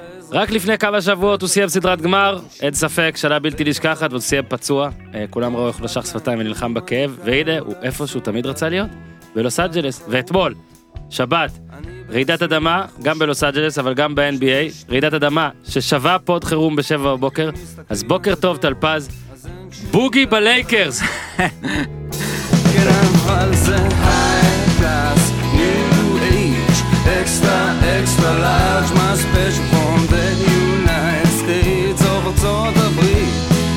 רק לפני כמה שבועות הוא סיים סדרת גמר, אין ספק, שנה בלתי נשכחת, והוא סיים פצוע, כולם ראו איך הוא נשך שפתיים ונלחם בכאב, והנה, הוא איפה שהוא תמיד רצה להיות, בלוס אנג'לס, ואתמול, שבת, רעידת אדמה, גם בלוס אנג'לס, אבל גם ב-NBA, רעידת אדמה ששווה פוד חירום ב7 בבוקר, אז בוקר טוב טלפז, בוגי בלייקרס. extra large, my special from the United States of ארצות הברית.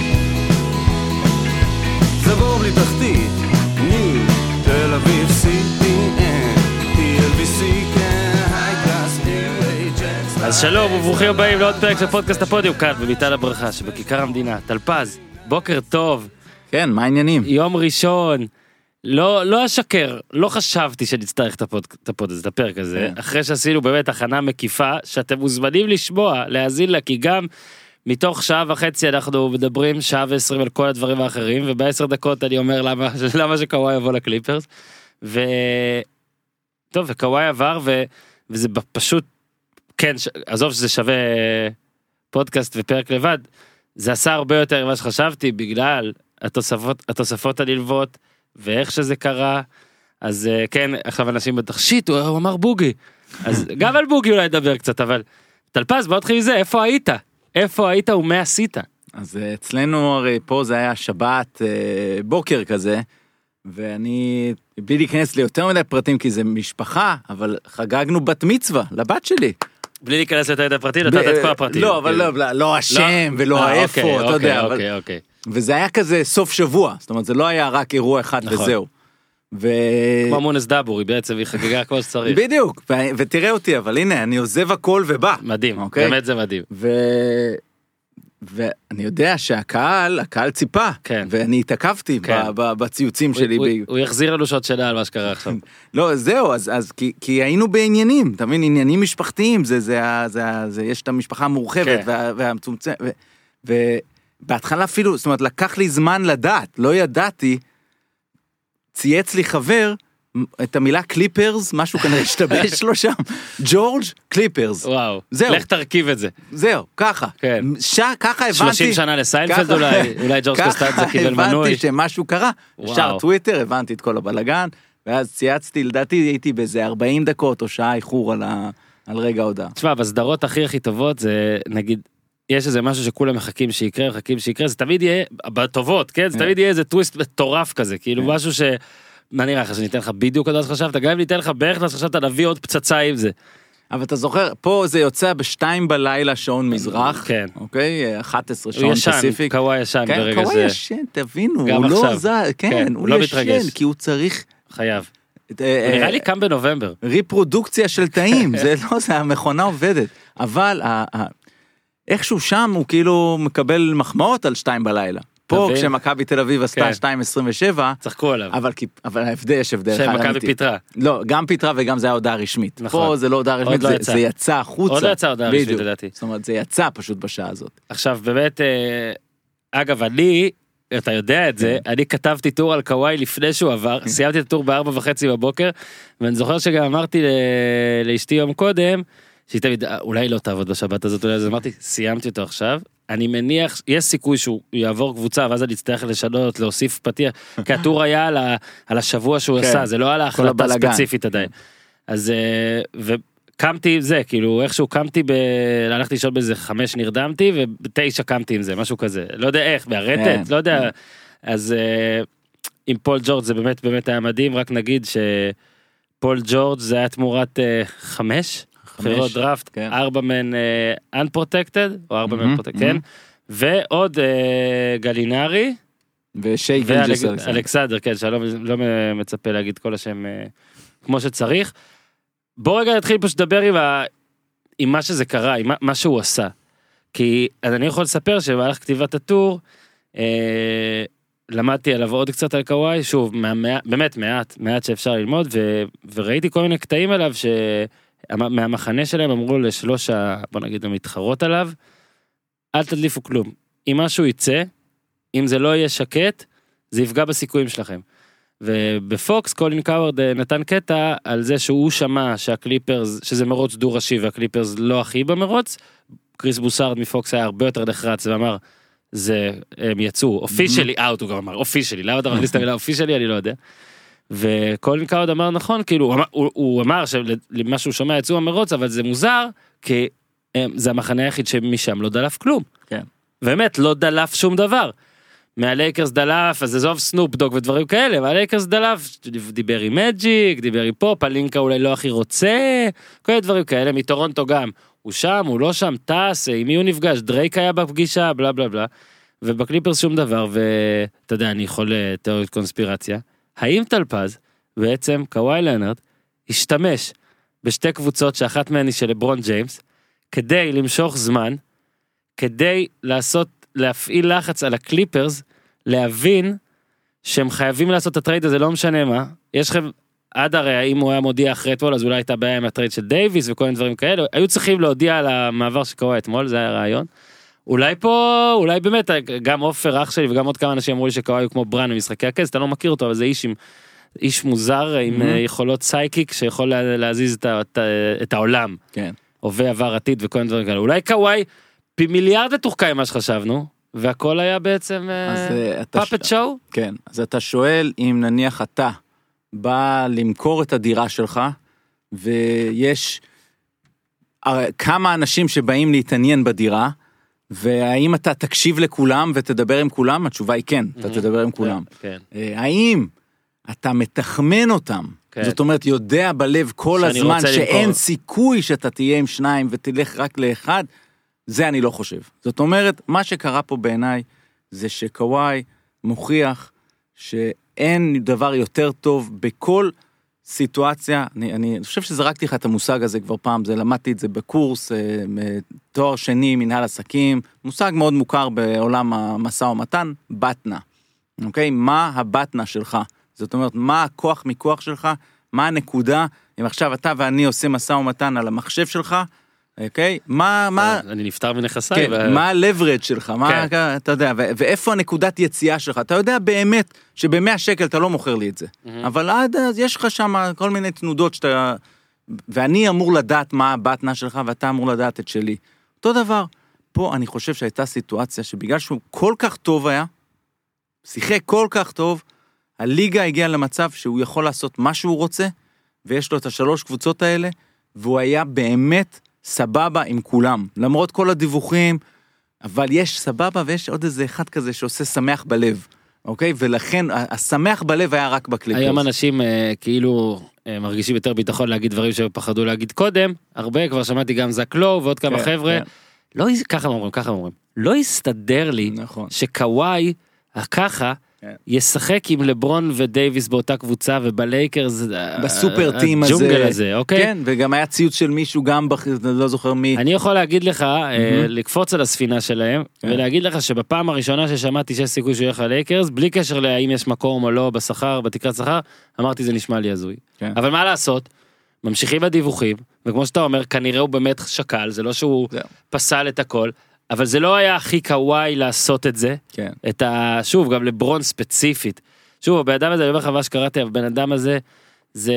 זה בור בלי תחתית, ניו, תל אביב, CPN, TLBC, כן, high class, QHX. אז שלום וברוכים הבאים לעוד פרק של פודקאסט הפודיום, כאן בביתן הברכה שבכיכר המדינה. טלפז, בוקר טוב. כן, מה העניינים? יום ראשון. לא אשקר, לא חשבתי שנצטרך את הפרק הזה, אחרי שעשינו באמת הכנה מקיפה, שאתם מוזמנים לשמוע, להאזין לה, כי גם מתוך שעה וחצי אנחנו מדברים שעה ו20 על כל הדברים האחרים, וב10 דקות אני אומר למה שקוואי יבוא לקליפרס, טוב, וקוואי עבר, וזה פשוט, כן, עזוב שזה שווה פודקאסט ופרק לבד, זה עשה הרבה יותר ממה שחשבתי, בגלל התוספות הנלוות, ואיך שזה קרה, אז כן, עכשיו אנשים בטח, שיט, הוא אמר בוגי, אז גם על בוגי אולי נדבר קצת, אבל טלפז, בוא נתחיל מזה, איפה היית? איפה היית ומה עשית? אז אצלנו הרי פה זה היה שבת בוקר כזה, ואני, בלי להיכנס ליותר מדי פרטים, כי זה משפחה, אבל חגגנו בת מצווה לבת שלי. בלי להיכנס ליותר מדי פרטים, נתת את כל הפרטים. לא, אבל לא השם ולא האיפה, אתה יודע. אוקיי. וזה היה כזה סוף שבוע, זאת אומרת, זה לא היה רק אירוע אחד וזהו. כמו מונס דאבורי, בעצם היא חגיגה כמו שצריך. בדיוק, ותראה אותי, אבל הנה, אני עוזב הכל ובא. מדהים, באמת זה מדהים. ואני יודע שהקהל ציפה, ואני התעכבתי בציוצים שלי. הוא יחזיר לנו שעות שלה על מה שקרה עכשיו. לא, זהו, אז כי היינו בעניינים, אתה מבין, עניינים משפחתיים, יש את המשפחה המורחבת והמצומצמת, בהתחלה אפילו, זאת אומרת, לקח לי זמן לדעת, לא ידעתי, צייץ לי חבר, את המילה קליפרס, משהו כנראה השתבש לו שם, ג'ורג' קליפרס. וואו, זהו. לך תרכיב את זה. זהו, ככה. כן. ככה הבנתי. 30 שנה לסיינפלד אולי ג'ורג' קסטנזה קיבל מנוי. ככה הבנתי שמשהו קרה, שר טוויטר, הבנתי את כל הבלגן, ואז צייצתי, לדעתי הייתי באיזה 40 דקות או שעה איחור על רגע ההודעה. תשמע, בסדרות הכי טובות זה, נגיד, יש איזה משהו שכולם מחכים שיקרה, זה תמיד יהיה, בטובות, כן? זה תמיד יהיה איזה טוויסט מטורף כזה, כאילו משהו ש... מה נראה לך, שניתן לך בדיוק עוד אז חשבת, גם אם ניתן לך בערך אז חשבת, נביא עוד פצצה עם זה. אבל אתה זוכר, פה זה יוצא ב2 בלילה שעון מזרח, כן. אוקיי? 11 שעון פסיפיק. קוואי ישן ברגע זה. קוואי ישן, תבינו, הוא לא זז, כן, הוא לא ישן, כי הוא צריך... חייב. נראה לי קם בנובמבר. ריפרודוקציה של תאים, זה לא, זה המכונה עובדת. אבל איכשהו שם הוא כאילו מקבל מחמאות על 2 בלילה. פה כשמכבי תל אביב עשתה 2.27, צחקו עליו. אבל יש הבדל אחד אמיתי. שמכבי פיתרה. לא, גם פיתרה וגם זה היה הודעה רשמית. פה זה לא הודעה רשמית, זה יצא החוצה. עוד לא יצא הודעה רשמית, לדעתי. זאת אומרת, זה יצא פשוט בשעה הזאת. עכשיו, באמת, אגב, אתה יודע את זה, אני כתבתי טור על קוואי לפני שהוא עבר, סיימתי את הטור ב4:30 בבוקר, ואני זוכר שגם אמרתי לאשתי יום קודם, שהיא תמיד, אולי לא תעבוד בשבת הזאת, אז אמרתי, סיימתי אותו עכשיו, אני מניח, יש סיכוי שהוא יעבור קבוצה, ואז אני אצטרך לשנות, להוסיף פתיח, כי הטור היה על השבוע שהוא עשה, זה לא על ההחלטה הספציפית עדיין. אז, וקמתי עם זה, כאילו, איכשהו קמתי, הלכתי לשאול באיזה 5 נרדמתי, וב9 קמתי עם זה, משהו כזה, לא יודע איך, בהרטט, לא יודע, אז עם פול ג'ורג' זה באמת היה מדהים, רק נגיד שפול ג'ורג' זה היה תמורת 5, בחירות דראפט, 4 מן unprotected, או 4 מן protected, כן, ועוד גלינרי, ושי ואלכסנדר, כן, שלא מצפה להגיד כל השם כמו שצריך. בוא רגע נתחיל פשוט לדבר עם מה שזה קרה, עם מה שהוא עשה, כי אני יכול לספר שבמהלך כתיבת הטור, למדתי עליו עוד קצת על קוואי, שוב, באמת מעט שאפשר ללמוד, וראיתי כל מיני קטעים עליו מהמחנה שלהם אמרו לשלוש, בוא נגיד, המתחרות עליו, אל תדליפו כלום. אם משהו יצא, אם זה לא יהיה שקט, זה יפגע בסיכויים שלכם. ובפוקס קולין קאוורד נתן קטע על זה שהוא שמע שהקליפרס, שזה מרוץ דו ראשי והקליפרס לא הכי במרוץ, קריס בוסארד מפוקס היה הרבה יותר נחרץ ואמר, הם יצאו, אופישלי אאוט, הוא גם אמר, אופישלי, למה אתה מכניס את המילה אופישלי, אני לא יודע. וקולין קאוורד אמר נכון, כאילו, הוא אמר שלמה שהוא שומע יצאו המרוץ, אבל זה מוזר, כי זה המחנה היחיד שמשם לא דלף כלום. כן. באמת, לא דלף שום דבר. מהלייקרס דלף, אז עזוב סנופ דוג ודברים כאלה, והלייקרס דלף, דיבר עם מג'יק, דיבר עם פופ, הלינקה אולי לא הכי רוצה, כל מיני דברים כאלה, מטורונטו גם, הוא שם, הוא לא שם, טס, עם מי הוא נפגש, דרייק היה בפגישה, בלה בלה בלה, ובקליפרס שום דבר, ואתה יודע, אני יכול תיאוריות קונספירציה, האם טלפז, בעצם קוואי לנארד, השתמש בשתי קבוצות, שאחת מהן היא של לברון ג'יימס, כדי למשוך זמן, כדי להפעיל לחץ על הקליפרס, להבין שהם חייבים לעשות את הטרייד הזה, לא משנה מה, יש לכם, עד הרי, אם הוא היה מודיע אחרי אתמול, אז אולי הייתה בעיה עם הטרייד של דייביס, וכל מיני דברים כאלה, היו צריכים להודיע על המעבר שקורה אתמול, זה היה רעיון, אולי פה, אולי באמת, גם אופר אח שלי, וגם עוד כמה אנשים אמרו לי שקוואי הוא כמו ברן במשחקי הכס, אתה לא מכיר אותו, אבל זה איש מוזר, עם יכולות סייקיק, שיכול להזיז את העולם, כן. הווה עבר עתיד וכל מיני דברים כאלה, אולי קוואי פי מיליארד לתוחקה מה שחשבנו, והכל היה בעצם פאפט שואו? כן, אז אתה שואל אם נניח אתה בא למכור את הדירה שלך, ויש כמה אנשים שבאים להתעניין בדירה, והאם אתה תקשיב לכולם ותדבר עם כולם? התשובה היא כן, אתה תדבר עם כולם. האם אתה מתחמן אותם? זאת אומרת, יודע בלב כל הזמן שאין סיכוי שאתה תהיה עם שניים ותלך רק לאחד, זה אני לא חושב. זאת אומרת, מה שקרה פה בעיניי, זה שקוואי מוכיח שאין דבר יותר טוב בכל סיטואציה, אני חושב שזרקתי לך את המושג הזה כבר פעם, למדתי את זה בקורס, תואר שני, מנהל עסקים, מושג מאוד מוכר בעולם המשא ומתן, בטנה. אוקיי? מה הבטנה שלך? זאת אומרת, מה הכוח מכוח שלך? מה הנקודה? אם עכשיו אתה ואני עושים משא ומתן על המחשב שלך, אוקיי? אני נפטר מנכסיי. כן, מה הלברד שלך? מה, אתה יודע, ואיפה הנקודת יציאה שלך? אתה יודע באמת שב100 שקל אתה לא מוכר לי את זה. אבל עד אז יש לך שם כל מיני תנודות שאתה, ואני אמור לדעת מה הבטנה שלך, ואתה אמור לדעת את שלי. אותו דבר, פה אני חושב שהייתה סיטואציה שבגלל שהוא כל כך טוב היה, שיחק כל כך טוב, הליגה הגיעה למצב שהוא יכול לעשות מה שהוא רוצה, ויש לו את 3 קבוצות האלה, והוא היה באמת סבבה עם כולם, למרות כל הדיווחים, אבל יש סבבה ויש עוד איזה אחד כזה שעושה שמח בלב, אוקיי? ולכן השמח בלב היה רק בקליפרס. היום אנשים כאילו מרגישים יותר ביטחון להגיד דברים שפחדו להגיד קודם, הרבה, כבר שמעתי גם זק לואו ועוד כמה חבר'ה, לא, ככה אומרים, לא יסתדר לי שקוואי ככה ישחק עם לברון ודייביס באותה קבוצה ובלייקרס בסופר טים הזה, אוקיי? כן, וגם היה ציוץ של מישהו גם, לא זוכר מי. אני יכול להגיד לך, לקפוץ על הספינה שלהם, ולהגיד לך שבפעם הראשונה ששמעתי שיש סיכוי שהוא ילך ללייקרס, בלי קשר להאם יש מקום או לא בשכר, בתקרת שכר, אמרתי זה נשמע לי הזוי. אבל מה לעשות? ממשיכים בדיווחים, וכמו שאתה אומר, כנראה הוא באמת שקל, זה לא שהוא פסל את הכל, אבל זה לא היה הכי קוואי לעשות את זה, שוב, גם לברון ספציפית, שוב, הבן אדם הזה, אני אומר לך מה שקראתי, הבן אדם הזה, זה,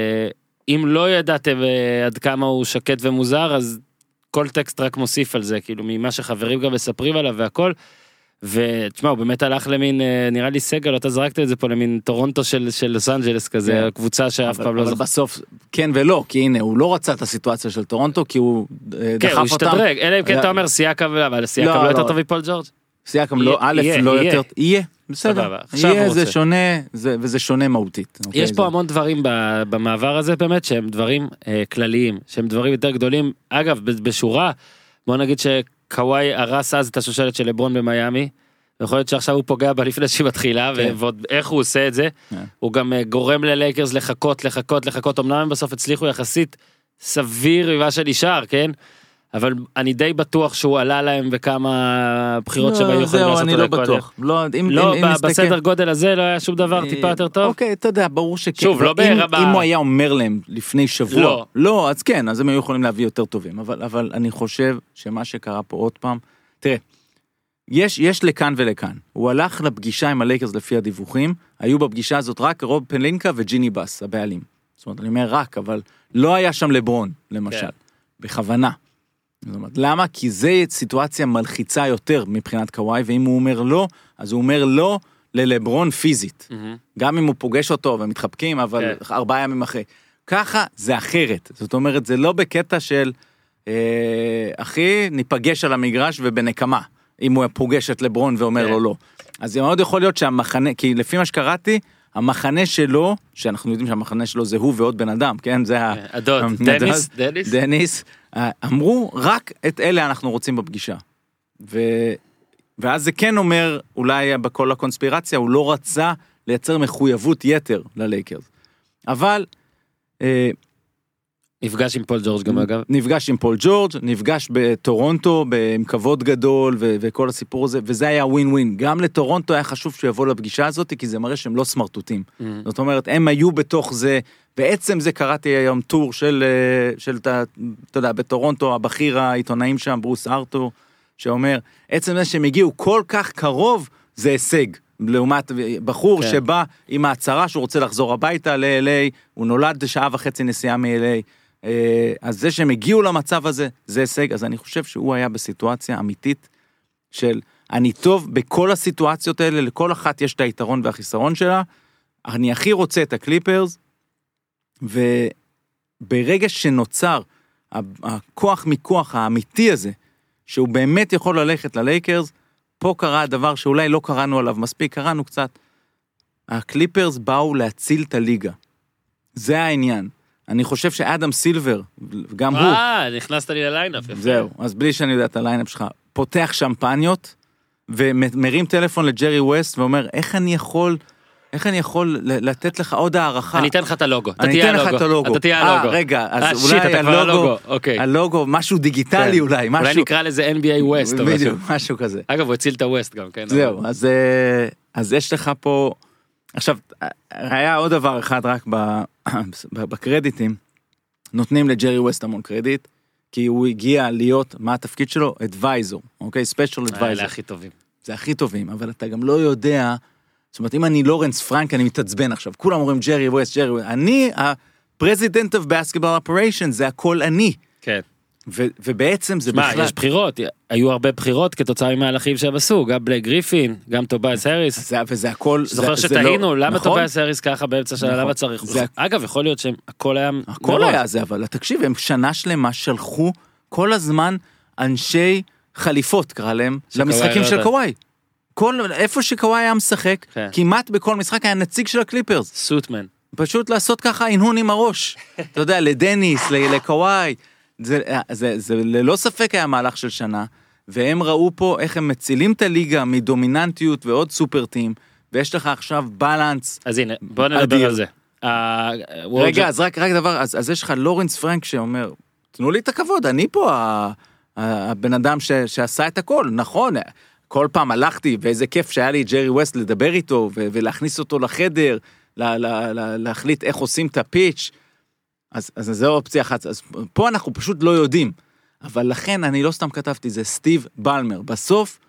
אם לא ידעתם עד כמה הוא שקט ומוזר, אז כל טקסט רק מוסיף על זה, כאילו ממה שחברים גם מספרים עליו והכל, ותשמע, הוא באמת הלך למין, נראה לי סגל, אתה זרקת את זה פה למין טורונטו של לוס אנג'לס כזה, קבוצה שאף פעם לא זוכר. אבל בסוף, כן ולא, כי הנה, הוא לא רצה את הסיטואציה של טורונטו, כי הוא דחף אותם. כן, הוא השתדרג, אלא אם כן אתה אומר סייקם, אבל סייקם לא יותר טוב מפול ג'ורג'? סייקם לא, א', לא יותר, יהיה, בסדר, יהיה, זה שונה, וזה שונה מהותית. יש פה המון דברים במעבר הזה באמת, שהם דברים כלליים, שהם דברים יותר גדולים, אגב, בשורה, בוא נגיד קוואי הרס אז את השושלת של לברון במיימי, ויכול להיות שעכשיו הוא פוגע בה לפני שהיא מתחילה, ועוד איך הוא עושה את זה, הוא גם גורם ללייקרס לחכות, אמנם הם בסוף הצליחו יחסית סביר ממה שנשאר, כן? אבל אני די בטוח שהוא עלה להם בכמה בחירות שבהם יכולים לעשות אני לא בטוח. לא, בסדר גודל הזה לא היה שום דבר טיפה יותר טוב. אוקיי, אתה יודע, ברור שכן. שוב, לא ברמה. אם הוא היה אומר להם לפני שבוע, לא, אז כן, אז הם היו יכולים להביא יותר טובים, אבל אני חושב שמה שקרה פה עוד פעם, תראה, יש לכאן ולכאן. הוא הלך לפגישה עם הלייקרס לפי הדיווחים, היו בפגישה הזאת רק רוב פלינקה וג'יני בס, הבעלים. זאת אומרת, אני אומר רק, אבל לא היה שם לברון, למשל, בכוונה. זאת אומרת, למה? כי זה סיטואציה מלחיצה יותר מבחינת קוואי, ואם הוא אומר לא, אז הוא אומר לא ללברון פיזית. גם אם הוא פוגש אותו ומתחבקים, אבל 4 ימים אחרי. ככה זה אחרת. זאת אומרת, זה לא בקטע של, אחי, ניפגש על המגרש ובנקמה, אם הוא פוגש את לברון ואומר לו לא. אז זה מאוד יכול להיות שהמחנה, כי לפי מה שקראתי, המחנה שלו, שאנחנו יודעים שהמחנה שלו זה הוא ועוד בן אדם, כן? זה הדוד, דניס, אמרו, רק את אלה אנחנו רוצים בפגישה. ואז זה כן אומר, אולי בכל הקונספירציה, הוא לא רצה לייצר מחויבות יתר ללייקרס. אבל נפגש עם פול ג'ורג' גם אגב. נפגש עם פול ג'ורג', נפגש בטורונטו, עם כבוד גדול, וכל הסיפור הזה, וזה היה ווין ווין. גם לטורונטו היה חשוב שהוא יבוא לפגישה הזאת, כי זה מראה שהם לא סמרטוטים. זאת אומרת, הם היו בתוך זה, בעצם זה קראתי היום טור של אתה יודע, בטורונטו, הבכיר העיתונאים שם, ברוס ארתור, שאומר, עצם זה שהם הגיעו כל כך קרוב, זה הישג. לעומת בחור שבא עם ההצהרה שהוא רוצה לחזור הביתה ל-LA, הוא נולד 1.5 שעה נסיעה מ-LA, אז זה שהם הגיעו למצב הזה, זה הישג. אז אני חושב שהוא היה בסיטואציה אמיתית של אני טוב בכל הסיטואציות האלה, לכל אחת יש את היתרון והחיסרון שלה, אני הכי רוצה את הקליפרס, וברגע שנוצר הכוח מכוח האמיתי הזה, שהוא באמת יכול ללכת ללייקרס, פה קרה הדבר שאולי לא קראנו עליו מספיק, קראנו קצת, הקליפרס באו להציל את הליגה. זה העניין. אני חושב שאדם סילבר, גם הוא... נכנסת לי לליינאפ. זהו, אז בלי שאני יודע את הליינאפ שלך, פותח שמפניות, ומרים טלפון לג'רי ווסט, ואומר, איך אני יכול לתת לך עוד הערכה? אני אתן לך את הלוגו. אני אתן לך את הלוגו. אתה תהיה הלוגו. רגע, אז אולי הלוגו, משהו דיגיטלי אולי, משהו... אולי נקרא לזה NBA West. בדיוק, משהו כזה. אגב, הוא הציל את הווסט גם, כן? זהו, אז יש לך פה... עכשיו, היה עוד דבר אחד רק בקרדיטים, נותנים לג'רי ווסט המון קרדיט, כי הוא הגיע להיות, מה התפקיד שלו? אדוויזור, אוקיי? ספיישל אדוויזור. זה הכי טובים. זה הכי טובים, אבל אתה גם לא יודע, זאת אומרת, אם אני לורנס פרנק, אני מתעצבן עכשיו, כולם אומרים ג'רי ווסט, אני, ה-President of Basketball Operations, זה הכל אני. כן. ובעצם זה בכלל... יש בחירות, היו הרבה בחירות כתוצאה ממהלכים שהם עשו, גם בלייק גריפין, גם טובייס האריס. וזה הכל... זוכר שתהינו, למה טובייס האריס ככה באמצע שלה, למה צריך? אגב, יכול להיות שהכל היה... הכל היה זה, אבל תקשיב, הם שנה שלמה שלחו כל הזמן אנשי חליפות, קרא להם, למשחקים של קוואי. איפה שקוואי היה משחק, כמעט בכל משחק היה נציג של הקליפרס. סוטמן. פשוט לעשות ככה עינון עם הראש. אתה יודע, לדניס, לקוואי. זה ללא ספק היה מהלך של שנה, והם ראו פה איך הם מצילים את הליגה מדומיננטיות ועוד סופר טים, ויש לך עכשיו בלנס. אז הנה, בוא נדבר על זה. רגע, אז רק דבר, אז יש לך לורנס פרנק שאומר, תנו לי את הכבוד, אני פה הבן אדם שעשה את הכל, נכון, כל פעם הלכתי, ואיזה כיף שהיה לי ג'רי ווסט לדבר איתו, ולהכניס אותו לחדר, להחליט איך עושים את הפיץ', אז זו אופציה אחת, אז פה אנחנו פשוט לא יודעים, אבל לכן אני לא סתם כתבתי, זה סטיב בלמר, בסוף,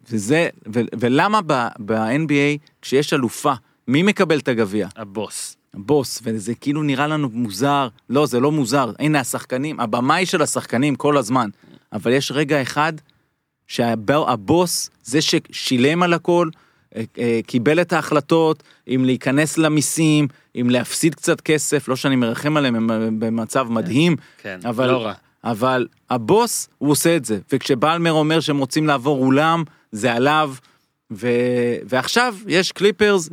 ולמה ב-NBA, כשיש אלופה, מי מקבל את הגביע? הבוס, וזה כאילו נראה לנו מוזר, לא, זה לא מוזר, הנה השחקנים, הבמאי של השחקנים כל הזמן, אבל יש רגע אחד, שהבוס, זה ששילם על הכל, קיבל את ההחלטות, אם להיכנס למיסים, אם להפסיד קצת כסף, לא שאני מרחם עליהם, הם במצב מדהים, אבל, לא רע. אבל הבוס, הוא עושה את זה, וכשבלמר אומר שהם רוצים לעבור אולם, זה עליו, ועכשיו יש קליפרס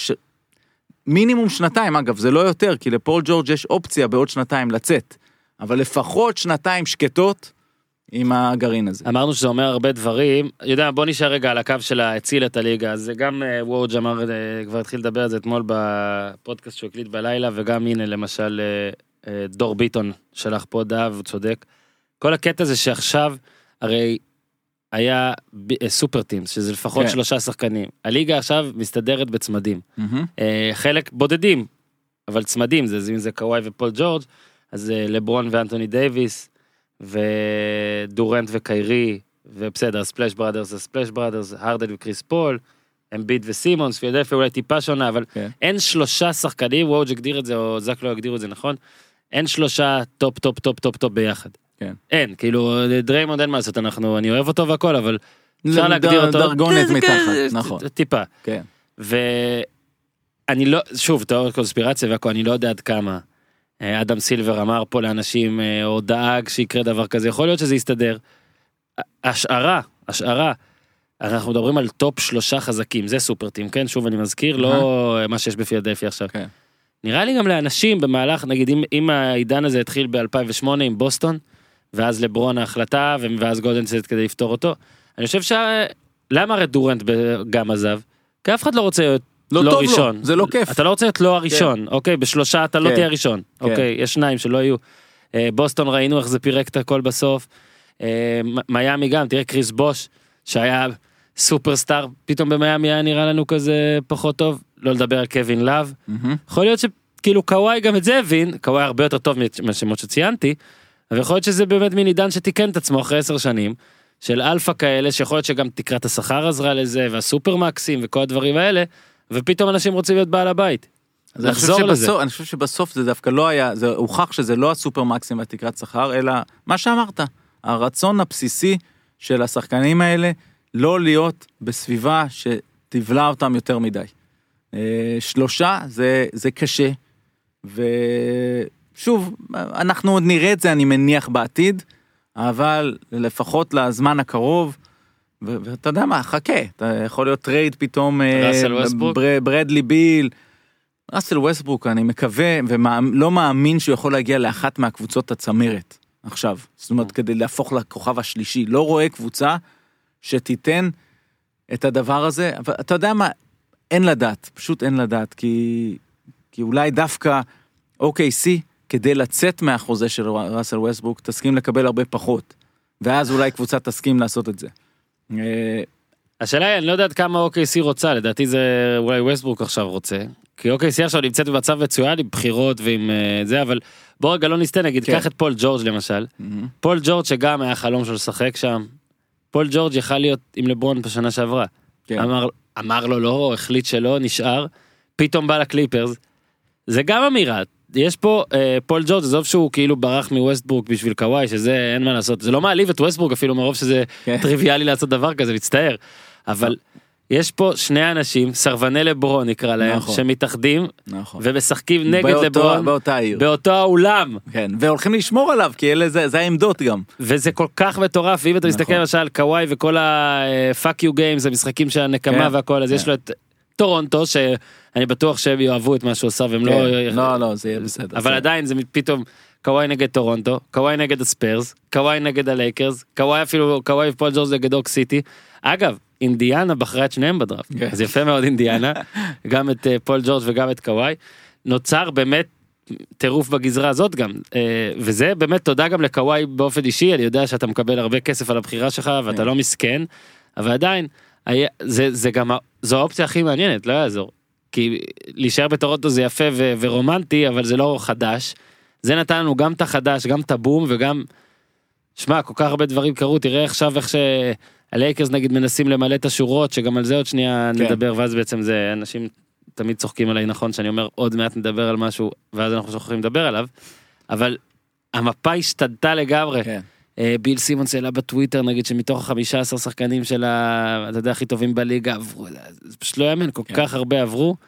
מינימום שנתיים, אגב, זה לא יותר, כי לפול ג'ורג' יש אופציה בעוד שנתיים לצאת, אבל לפחות שנתיים שקטות, עם הגרעין הזה. אמרנו שזה אומר הרבה דברים, יודע, בוא נשאר רגע על הקו של הציל את הליגה, אז גם ווארג' אמר, כבר התחיל לדבר על זה אתמול בפודקאסט שהוא הקליט בלילה, וגם הנה למשל דור ביטון שלח פה דף, הוא צודק. כל הקטע זה שעכשיו, הרי היה סופר טימס, שזה לפחות 3 שחקנים. הליגה עכשיו מסתדרת בצמדים. חלק בודדים, אבל צמדים, זה קוואי ופול ג'ורג', אז לברון ואנטוני דייביס, ודורנט וקיירי, ובסדר, ספלש בראדרס זה ספלש בראדרס, הרדן וקריס פול, אמביד וסימונס, פילדלפיה אולי טיפה שונה, אבל אין 3 שחקנים, וואו הגדיר את זה, או זק לא הגדירו את זה נכון, אין 3 טופ טופ טופ טופ טופ ביחד. אין, כאילו, דריימונד אין מה לעשות, אני אוהב אותו והכל, אבל אפשר להגדיר אותו. דרגונת מתחת, נכון. טיפה. כן. ואני לא, שוב, תיאוריות קונספירציה והכל, אני לא יודע עד כמה. אדם סילבר אמר פה לאנשים, או דאג שיקרה דבר כזה, יכול להיות שזה יסתדר. השערה, אנחנו מדברים על טופ 3 חזקים, זה סופרטים, כן? שוב אני מזכיר, לא מה שיש בפילדלפיה עכשיו. נראה לי גם לאנשים במהלך, נגיד אם העידן הזה התחיל ב-2008 עם בוסטון, ואז לברון ההחלטה, ואז גולדן סטייט כדי לפתור אותו, אני חושב למה הרי דורנט גם עזב? כי אף אחד לא רוצה להיות לא ראשון. זה לא כיף. אתה לא רוצה להיות לא הראשון, אוקיי? ב3 אתה לא תהיה ראשון, אוקיי? יש 2 שלא יהיו. בוסטון ראינו איך זה פירק את הכל בסוף. מיאמי גם, תראה קריס בוש, שהיה סופרסטאר, פתאום במיאמי היה נראה לנו כזה פחות טוב, לא לדבר על קווין לאב. יכול להיות שכאילו קוואי גם את זה הבין, קוואי הרבה יותר טוב מהשמות שציינתי, אבל יכול להיות שזה באמת מין עידן שתיקן את עצמו אחרי 10 שנים, של אלפא כאלה, שיכול להיות שגם תקרת השכר עזרה לזה, והסופרמקסים וכל הדברים האלה, ופתאום אנשים רוצים להיות בעל הבית. לחזור לזה. אני חושב שבסוף זה דווקא לא היה, זה הוכח שזה לא הסופרמקסים והתקרת שכר, אלא מה שאמרת, הרצון הבסיסי של השחקנים האלה, לא להיות בסביבה שתבלע אותם יותר מדי. 3 זה קשה, ושוב, אנחנו עוד נראה את זה, אני מניח בעתיד, אבל לפחות לזמן הקרוב, ואתה יודע מה, חכה, אתה יכול להיות טרייד פתאום, ראסל ווסטברוק, ברדלי ביל, ראסל ווסטברוק, אני מקווה, ולא מאמין שהוא יכול להגיע לאחת מהקבוצות הצמרת, עכשיו, זאת אומרת, כדי להפוך לכוכב השלישי, לא רואה קבוצה שתיתן את הדבר הזה, אבל אתה יודע מה, אין לדעת, פשוט אין לדעת, כי אולי דווקא OKC, כדי לצאת מהחוזה של ראסל ווסטברוק, תסכים לקבל הרבה פחות, ואז אולי קבוצה תסכים לעשות את זה. השאלה היא, אני לא יודעת כמה OKC רוצה, לדעתי זה אולי ווסטברוק עכשיו רוצה, כי OKC עכשיו נמצאת במצב מצוין עם בחירות ועם זה, אבל בוא רגע לא נסתה, נגיד, קח את פול ג'ורג' למשל, פול ג'ורג' שגם היה חלום של לשחק שם, פול ג'ורג' יכל להיות עם לברון בשנה שעברה, אמר לו לא, החליט שלא, נשאר, פתאום בא לקליפרס, זה גם אמירה, יש פה פול ג'ורג', עזוב שהוא כאילו ברח מווסטברוק בשביל קוואי, שזה אין מה לעשות, זה לא מעליב את ווסטברוק אפילו מרוב שזה טריוויאלי לעשות דבר כזה, מצטער, אבל יש פה 2 אנשים, סרבני לברון נקרא להם, שמתאחדים ומשחקים נגד לברון באותו האולם. כן, והולכים לשמור עליו, כי זה העמדות גם. וזה כל כך מטורף, ואם אתה מסתכל למשל על קוואי וכל ה-fuck you games, זה משחקים של הנקמה והכל, אז יש לו את טורונטו, שאני בטוח שהם יאהבו את מה שהוא עושה, והם לא, זה יהיה בסדר. אבל עדיין זה פתאום קוואי נגד טורונטו, קוואי נגד הספיירס, קוואי נגד הלייקרס, קוואי ופול ג'ורג' נגד אוק סיטי. אגב, אינדיאנה בחרה את שניהם בדראפט, אז יפה מאוד אינדיאנה, גם את פול ג'ורג' וגם את קוואי, נוצר באמת טירוף בגזרה הזאת גם, וזה באמת תודה גם לקוואי באופן אישי, אני יודע שאתה מקבל הרבה כסף על הבחירה שלך, ואתה לא מסכן, אבל עדיין, זה גם, זו האופציה הכי מעניינת, לא יעזור, כי להישאר בטורונטו זה יפה ורומנטי, אבל זה לא חדש, זה נתן לנו גם את החדש, גם את הבום, וגם, שמע, כל כך הרבה דברים קרו, תראה עכשיו איך הלייקרס נגיד מנסים למלא את השורות, שגם על זה עוד שנייה נדבר, ואז בעצם זה, אנשים תמיד צוחקים עליי, נכון, שאני אומר עוד מעט נדבר על משהו, ואז אנחנו שוכחים לדבר עליו, אבל המפה השתדתה לגמרי. ביל סימונס העלה בטוויטר, נגיד שמתוך 15 שחקנים של אתה יודע, הכי טובים בליגה עברו, זה פשוט לא יאמן, כל כך הרבה עברו.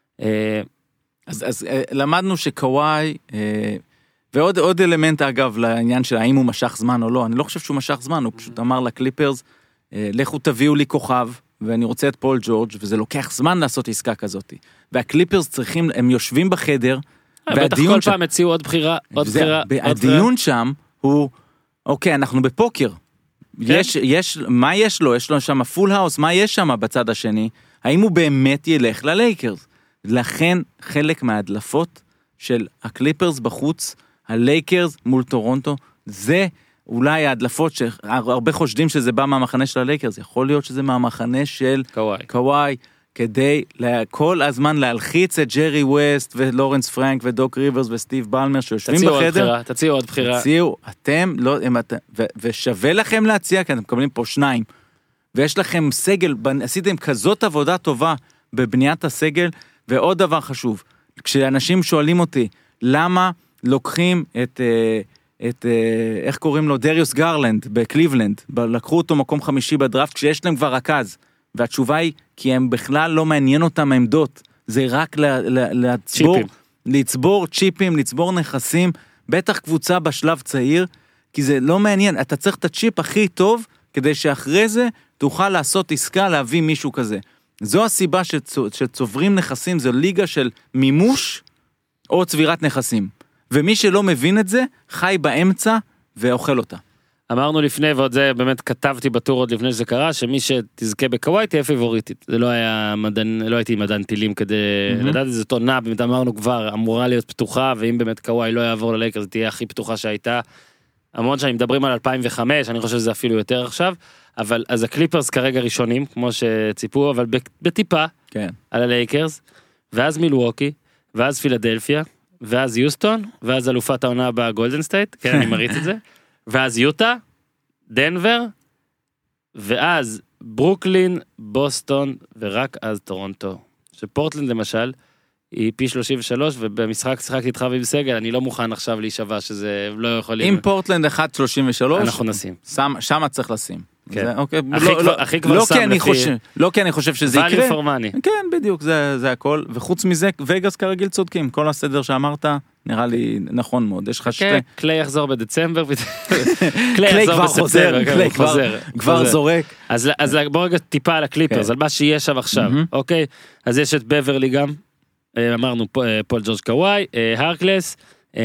אז למדנו שקוואי, ועוד אלמנט אגב לעניין של האם הוא משך זמן או לא, אני לא חושב שהוא משך זמן, הוא פשוט אמר לקליפרס, לכו תביאו לי כוכב, ואני רוצה את פול ג'ורג' וזה לוקח זמן לעשות עסקה כזאת. והקליפרס צריכים, הם יושבים בחדר, בטח כל פעם הציעו עוד בחירה, עוד בחירה. הדיון שם הוא, אוקיי, אנחנו בפוקר. מה יש לו? יש לו שם פול האוס, מה יש שם בצד השני? האם הוא באמת ילך ללייקרס? לכן חלק מההדלפות של הקליפרס בחוץ, הלייקרס מול טורונטו, זה אולי ההדלפות שהרבה חושדים שזה בא מהמחנה של הלייקרס, יכול להיות שזה מהמחנה של קוואי, כדי כל הזמן להלחיץ את ג'רי ווסט ולורנס פרנק ודוק ריברס וסטיב בלמר שיושבים בחדר. תציעו עוד בחירה. תציעו, אתם לא, ושווה לכם להציע, כי אתם מקבלים פה 2, ויש לכם סגל, עשיתם כזאת עבודה טובה בבניית הסגל, ועוד דבר חשוב, כשאנשים שואלים אותי, למה לוקחים את איך קוראים לו, דריוס גרלנד בקליבלנד, לקחו אותו מקום 5 בדראפט, כשיש להם כבר רכז, והתשובה היא, כי הם בכלל לא מעניין אותם העמדות, זה רק לצבור צ'יפים, לצבור נכסים, בטח קבוצה בשלב צעיר, כי זה לא מעניין, אתה צריך את הצ'יפ הכי טוב, כדי שאחרי זה תוכל לעשות עסקה להביא מישהו כזה. זו הסיבה שצוברים נכסים, זו ליגה של מימוש או צבירת נכסים. ומי שלא מבין את זה, חי באמצע ואוכל אותה. אמרנו לפני, ועוד זה באמת כתבתי בטור עוד לפני שזה קרה, שמי שתזכה בקוואי תהיה פיבוריטית. זה לא היה מדען, לא הייתי מדען טילים כדי לדעת, זאת עונה, באמת אמרנו כבר, אמורה להיות פתוחה, ואם באמת קוואי לא יעבור ללייקר, זה תהיה הכי פתוחה שהייתה. המון שאני מדברים על 2005, אני חושב שזה אפילו יותר עכשיו, אבל אז הקליפרס כרגע ראשונים, כמו שציפו, אבל בטיפה, כן. על הלייקרס, ואז מילווקי, ואז פילדלפיה, ואז יוסטון, ואז אלופת העונה בגולדן סטייט, כן, אני מריץ את זה, ואז יוטה, דנבר, ואז ברוקלין, בוסטון, ורק אז טורונטו. שפורטלנד למשל, היא פי 33, ובמשחק שיחקתי איתך ועם סגל, אני לא מוכן עכשיו להישבע שזה לא יכול להיות. אם פורטלנד 1.33, אנחנו נשים. שמה צריך לשים. כן. זה, אוקיי, הכי כבר שם לפי... לא כי אני חושב שזה יקרה. value for money. כן, בדיוק, זה הכל. וחוץ מזה, וגאס כרגיל צודקים. כל הסדר שאמרת, נראה לי נכון מאוד. יש לך שתי... קליי יחזור בדצמבר. קליי כבר חוזר. קליי כבר זורק. אז בוא רגע טיפה על הקליפרס, על מה שיש שם עכשיו. אוקיי? אז יש את בברלי גם. אמרנו פול ג'ורג' קוואי, הרקלס,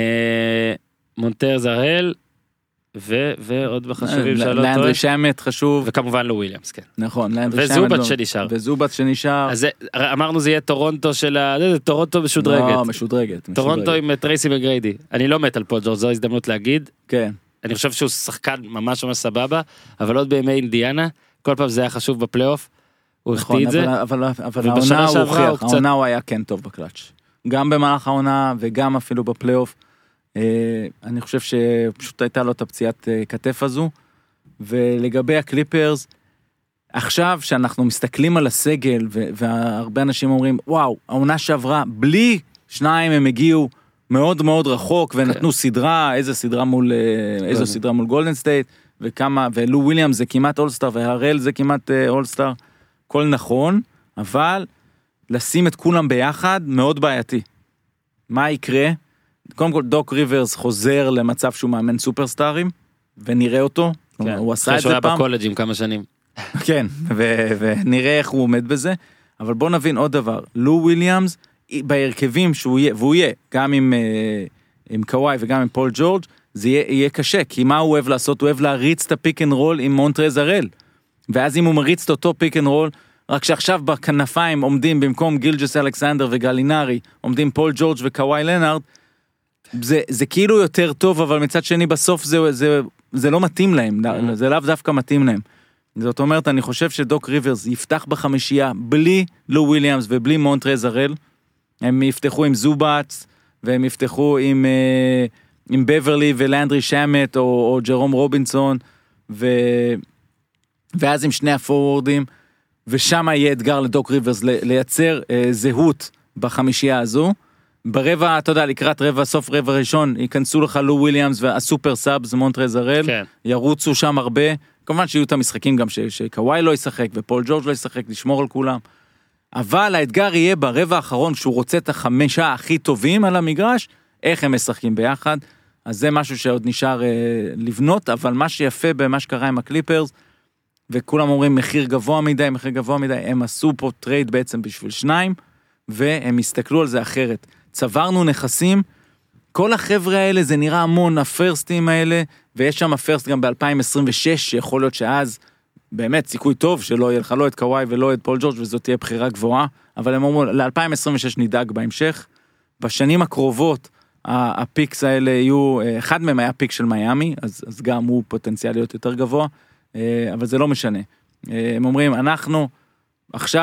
מונטר זרהל, ועוד בחשובים שלא טועה. לאנדרי שמט חשוב. וכמובן לו וויליאמס, כן. נכון, וזובת שנשאר. אז אמרנו זה יהיה טורונטו זה טורונטו משודרגת. לא, משודרגת. טורונטו עם טרייסי וגריידי. אני לא מת על פול ג'ורג', זו הזדמנות להגיד. כן. אני חושב שהוא שחקן ממש ממש סבבה, אבל עוד בימי אינדיאנה, כל פעם זה היה חשוב בפלייאוף. הוא החטיא את זה. אבל העונה הוא הוכיח, העונה הוא היה כן טוב בקלאץ'. גם במהלך העונה וגם אפילו בפלייאוף. אני חושב שפשוט הייתה לו את הפציעת כתף הזו. ולגבי הקליפרס, עכשיו שאנחנו מסתכלים על הסגל, והרבה אנשים אומרים, וואו, העונה שעברה, בלי 2 הם הגיעו מאוד מאוד רחוק, ונתנו סדרה, איזו סדרה מול גולדן סטייט, ולו וויליאמס זה כמעט אולסטאר, והרל זה כמעט אולסטאר, כל נכון, אבל לשים את כולם ביחד מאוד בעייתי. מה יקרה? קודם כל דוק ריברס חוזר למצב שהוא מאמן סופרסטארים, ונראה אותו, כן. הוא עשה את זה פעם. שהוא היה בקולג'ים כמה שנים. כן, ונראה איך הוא עומד בזה, אבל בוא נבין עוד דבר, לו וויליאמס, בהרכבים שהוא יהיה, והוא יהיה, גם עם קוואי וגם עם פול ג'ורג', זה יהיה קשה, כי מה הוא אוהב לעשות? הוא אוהב להריץ את הפיק אנד רול עם מונטרז הרל, ואז אם הוא מריץ את אותו פיק אנד רול, רק שעכשיו בכנפיים עומדים במקום גילג'ס אלכסנדר וגלינרי, עומדים פול ג'ורג' וקוואי לנארד, זה כאילו יותר טוב, אבל מצד שני בסוף זה לא מתאים להם, זה לאו דווקא מתאים להם. זאת אומרת, אני חושב שדוק ריברס יפתח בחמישייה בלי לו וויליאמס ובלי מונטרז הרל, הם יפתחו עם זובאץ, והם יפתחו עם בברלי ולאנדרי שמט, או ג'רום רובינסון, ואז עם שני הפורורדים, ושם יהיה אתגר לדוק ריברס לייצר זהות בחמישייה הזו. ברבע, אתה יודע, לקראת סוף רבע ראשון, ייכנסו לך לו וויליאמס והסופר סאבס, מונטרז הרל, כן. ירוצו שם הרבה, כמובן שיהיו את המשחקים גם שקוואי לא ישחק, ופול ג'ורג' לא ישחק, לשמור על כולם. אבל האתגר יהיה ברבע האחרון, שהוא רוצה את 5 הכי טובים על המגרש, איך הם משחקים ביחד, אז זה משהו שעוד נשאר לבנות, אבל מה שיפה במה שקרה עם הקליפרס, וכולם אומרים מחיר גבוה מדי, הם עשו פה טרייד בעצם בשביל 2, והם הסתכלו על זה אחרת. צברנו נכסים, כל החבר'ה האלה זה נראה המון, הפרסטים האלה, ויש שם הפרסט גם ב-2026, שיכול להיות שאז באמת סיכוי טוב שלא יהיה לך לא את קוואי ולא את פול ג'ורג' וזאת תהיה בחירה גבוהה, אבל הם אומרים, ל-2026 נדאג בהמשך, בשנים הקרובות הפיקס האלה יהיו, אחד מהם היה פיק של מיימי, אז גם הוא פוטנציאל יותר גבוה, אבל זה לא משנה. הם אומרים, אנחנו עכשיו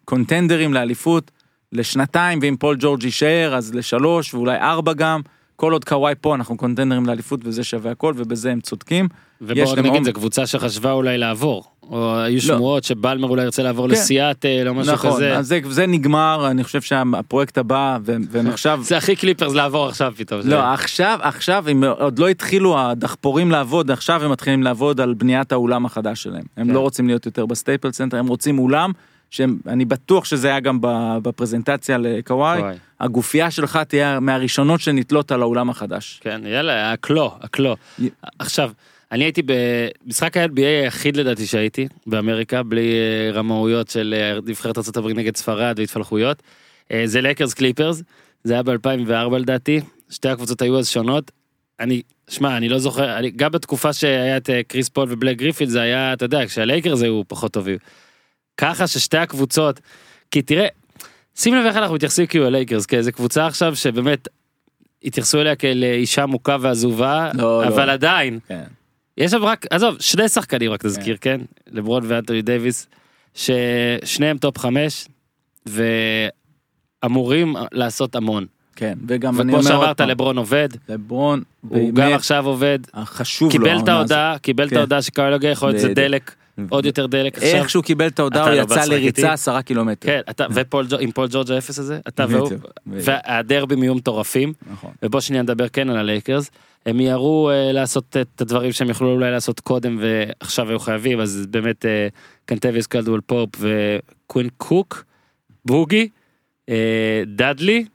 קונטנדרים לאליפות, לשנתיים, ואם פול ג'ורג' יישאר, אז ל3, ואולי 4 גם, כל עוד קוואי פה, אנחנו קונטנדרים לאליפות, וזה שווה הכל, ובזה הם צודקים. ובואו רק נגיד, זו קבוצה שחשבה אולי לעבור, או היו שמועות שבלמר אולי ירצה לעבור לסיאטל, או משהו כזה. נכון, אז זה נגמר, אני חושב שהפרויקט הבא, והם עכשיו... זה הכי קליפרס לעבור עכשיו פתאום. לא, עכשיו, הם עוד לא התחילו הדחפורים לעבוד, עכשיו הם מתחילים לעבוד על בניית האולם החדש שלהם. הם לא רוצים להיות יותר בסטייפל סנטר, הם רוצים אולם, שאני בטוח שזה היה גם בפרזנטציה לקוואי, הגופייה שלך תהיה מהראשונות שנתלות על האולם החדש. כן, יאללה, הקלו. עכשיו, אני הייתי במשחק ה-NBA היחיד לדעתי שהייתי באמריקה, בלי רמאויות של נבחרת ארצות הברית נגד ספרד והתפלחויות. זה לייקרס קליפרס, זה היה ב-2004 לדעתי, שתי הקבוצות היו אז שונות. אני לא זוכר, גם בתקופה שהיה את קריס פול ובלק גריפין, זה היה, אתה יודע, כשהלייקרס היו פחות טובים. ככה ששתי הקבוצות, כי תראה, שים לב איך אנחנו מתייחסים כאילו הלייקרס, כאיזה קבוצה עכשיו שבאמת התייחסו אליה כאל אישה מוכה ועזובה, אבל עדיין, יש שם רק, עזוב, שני שחקנים רק תזכיר, כן? לברון ואנטוני דייביס, ששניהם טופ 5, ואמורים לעשות המון. כן, וגם אני אומר... וכמו שאמרת, לברון עובד. לברון, הוא גם עכשיו עובד. חשוב לו. קיבל את ההודעה שקוואי לא יכול להיות זה דלק. עוד יותר דלק. איך שהוא קיבל את ההודעה, הוא יצא לריצה 10 קילומטר. כן, ועם פול ג'ורג' האפס הזה, אתה והוא, והדרבים יהיו מטורפים, ובוא שניה נדבר כן על הלייקרס, הם יראו לעשות את הדברים שהם יכולו אולי לעשות קודם, ועכשיו היו חייבים, אז באמת קנטביוס קלדוול פופ, וקווין קוק, בוגי, דאדלי,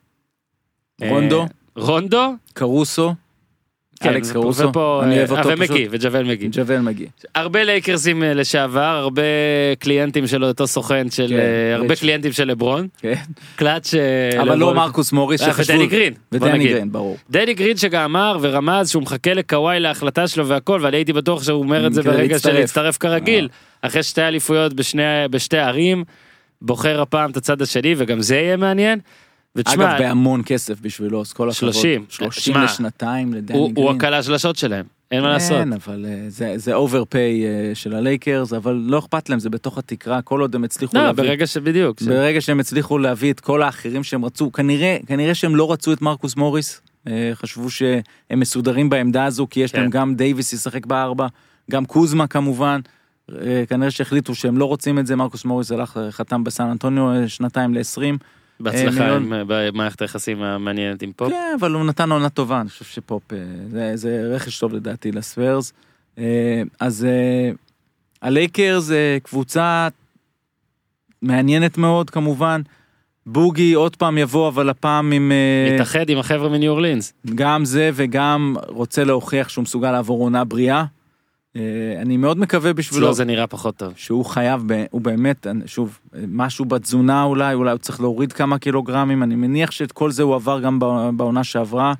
רונדו, קרוסו, אלכס קרוסו, וג'וול מגי. הרבה לייקרסים לשעבר, הרבה קליינטים של אותו סוכן, הרבה קליינטים של לברון. קלאץ' אבל לא מרקוס מוריס שחשבו. ודני גרין, ברור. דני גרין שגם אמר ורמז שהוא מחכה לקוואי להחלטה שלו והכל, ואני הייתי בטוח שהוא אומר את זה ברגע של להצטרף כרגיל, אחרי שתי אליפויות בשתי ערים, בוחר הפעם את הצד השני, וגם זה יהיה מעניין. אגב, בהמון כסף בשבילו, אז כל הכבוד. 30 לשנתיים לדני גרין. הוא הקלה של השוט שלהם, אין מה לעשות. כן, אבל זה אוברפיי של הלייקרס, אבל לא אכפת להם, זה בתוך התקרה, כל עוד הם הצליחו להביא. ברגע שהם הצליחו להביא את כל האחרים שהם רצו, כנראה שהם לא רצו את מרקוס מוריס, חשבו שהם מסודרים בעמדה הזו, כי יש להם גם דייביס ישחק ב4, גם קוזמה כמובן, כנראה שהחליטו שהם לא רוצים את זה, מרקוס מוריס הלך, חתם בסן אנטוניו שנתיים ל-20, בהצלחה במערכת היחסים המעניינת עם פופ. כן, אבל הוא נתן עונה טובה, אני חושב שפופ, זה רכש טוב לדעתי לספיירס. אז הלייקרס זה קבוצה מעניינת מאוד כמובן, בוגי עוד פעם יבוא, אבל הפעם עם... מתאחד עם החבר'ה מניו אורלינס. גם זה וגם רוצה להוכיח שהוא מסוגל לעבור עונה בריאה. אני מאוד מקווה בשבילו. לא, זה נראה פחות טוב. שהוא חייב, הוא באמת, שוב, משהו בתזונה אולי הוא צריך להוריד כמה קילוגרמים, אני מניח שאת כל זה הוא עבר גם בעונה שעברה.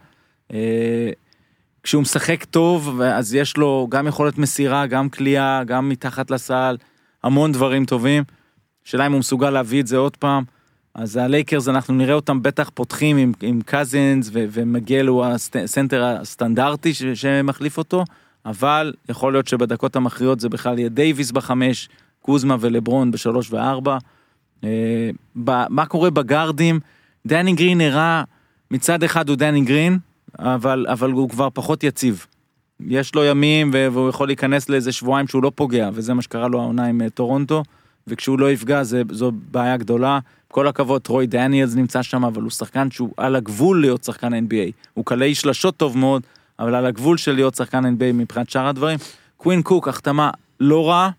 כשהוא משחק טוב, אז יש לו גם יכולת מסירה, גם קליעה, גם מתחת לסל, המון דברים טובים. שאלה אם הוא מסוגל להביא את זה עוד פעם. אז הלייקרס, אנחנו נראה אותם בטח פותחים עם קזינס, ומגיע לו הסנטר הסטנדרטי שמחליף אותו, אבל יכול להיות שבדקות המכריעות זה בכלל יהיה דייביס ב5, קוזמה ולברון ב3 ו4. מה קורה בגארדים? דני גרין הראה, מצד אחד הוא דני גרין, אבל הוא כבר פחות יציב. יש לו ימים והוא יכול להיכנס לאיזה שבועיים שהוא לא פוגע, וזה מה שקרה לו העונה עם טורונטו, וכשהוא לא יפגע זו בעיה גדולה. כל הכבוד, רוי דניאלס נמצא שם, אבל הוא שחקן שהוא על הגבול להיות שחקן NBA. הוא קלעי שלשות טוב מאוד, אבל על הגבול של להיות שחקן NBA מבחינת שאר הדברים. קווין קוק, החתמה לא רע,